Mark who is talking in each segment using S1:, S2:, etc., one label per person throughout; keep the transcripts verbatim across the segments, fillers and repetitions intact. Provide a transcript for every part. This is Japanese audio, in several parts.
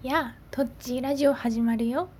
S1: やあ、とっちーラジオ始まるよ。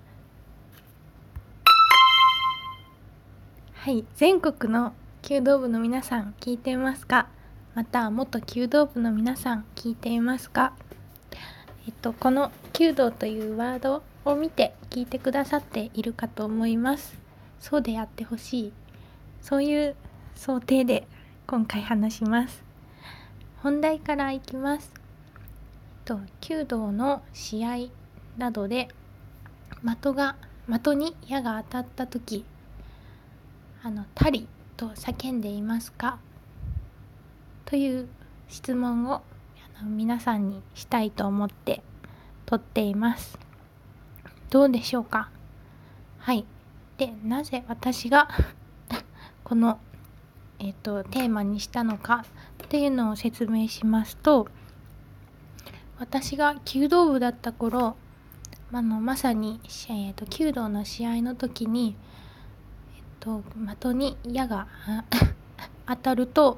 S1: はい、全国の弓道部の皆さん聞いていますか？また元弓道部の皆さん聞いていますか？えっとこの弓道というワードを見て聞いてくださっているかと思います。そうであってほしい、そういう想定で今回話します。本題からいきます。と弓道の試合などで的が的に矢が当たった時、あのたりと叫んでいますかという質問をあの皆さんにしたいと思って撮っています。どうでしょうか？はい。で、なぜ私がこの、えーと、テーマにしたのかっていうのを説明しますと、私が弓道部だった頃、あのまさに、えーと、弓道の試合の時に、えっと、的に矢が当たると、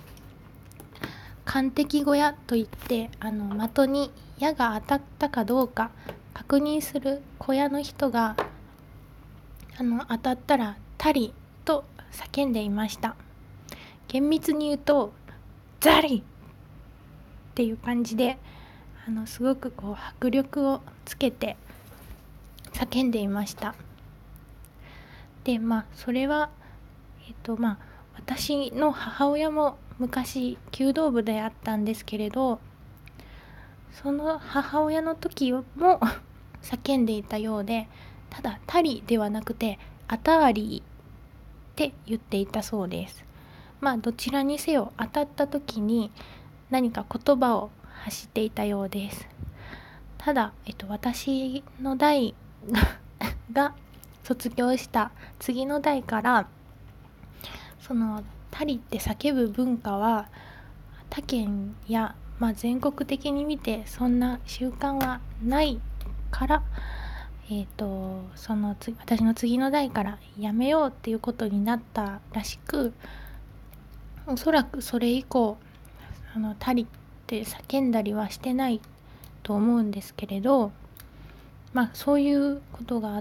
S1: 完璧小屋といって、あの的に矢が当たったかどうか確認する小屋の人が、あの当たったらたりと叫んでいました。厳密に言うとザリっていう感じで、あのすごくこう迫力をつけて叫んでいました。で、まあそれはえっとまあ私の母親も昔弓道部であったんですけれど、その母親の時も叫んでいたようで、ただたりではなくてあたりって言っていたそうです。まあどちらにせよ当たった時に何か言葉を発していたようです。ただ、えっと、私の代が卒業した次の代から、そのたりって叫ぶ文化は他県や、まあ、全国的に見てそんな習慣がないから、えーと、そのつ私の次の代からやめようっていうことになったらしく、おそらくそれ以降あのたりって叫んだりはしてないと思うんですけれど、まあそういうことがあって、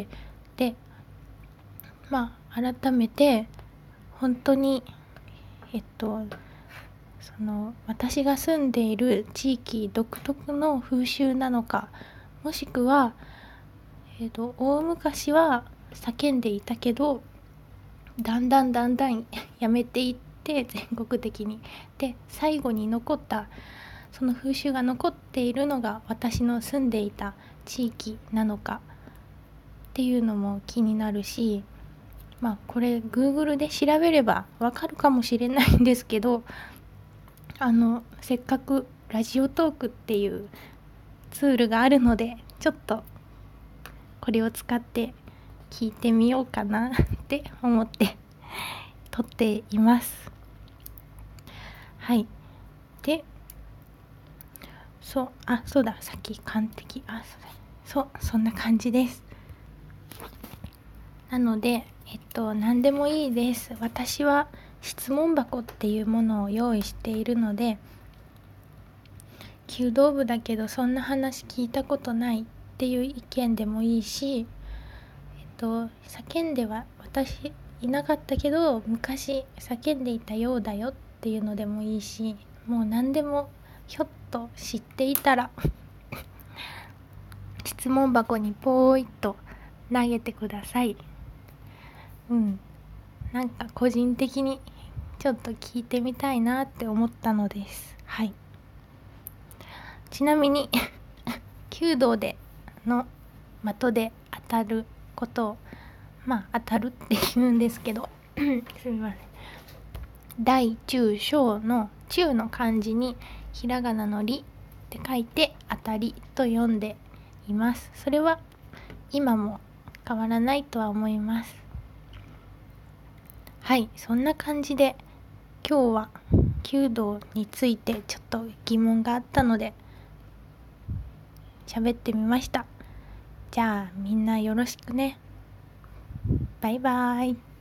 S1: でまあ改めて本当にえっとその私が住んでいる地域独特の風習なのか、もしくは、えっと大昔は叫んでいたけどだんだんだんだんやめていって、全国的にで最後に残ったその風習が残っているのが私の住んでいた地域なのかっていうのも気になるし、まあこれ Google で調べればわかるかもしれないんですけど、あのせっかくラジオトークっていうツールがあるので、ちょっとこれを使って聞いてみようかなって思って撮っています。はい。で、そうあそうださっき完璧あそうそうそんな感じです。なのでえっと何でもいいです。私は質問箱っていうものを用意しているので、弓道部だけどそんな話聞いたことないっていう意見でもいいし、えっと叫んでは私いなかったけど昔叫んでいたようだよっていうのでもいいし、もう何でもひょっと知っていたら質問箱にポーイッと投げてください。うんなんか個人的にちょっと聞いてみたいなって思ったのです。はい。ちなみに弓道での的で当たることを、まあ当たるって言うんですけどすみません、大中小の中の漢字にひらがなのりって書いて当たりと読んでいます。それは今も変わらないとは思います。はい、そんな感じで今日は弓道についてちょっと疑問があったので喋ってみました。じゃあみんなよろしくね。バイバーイ。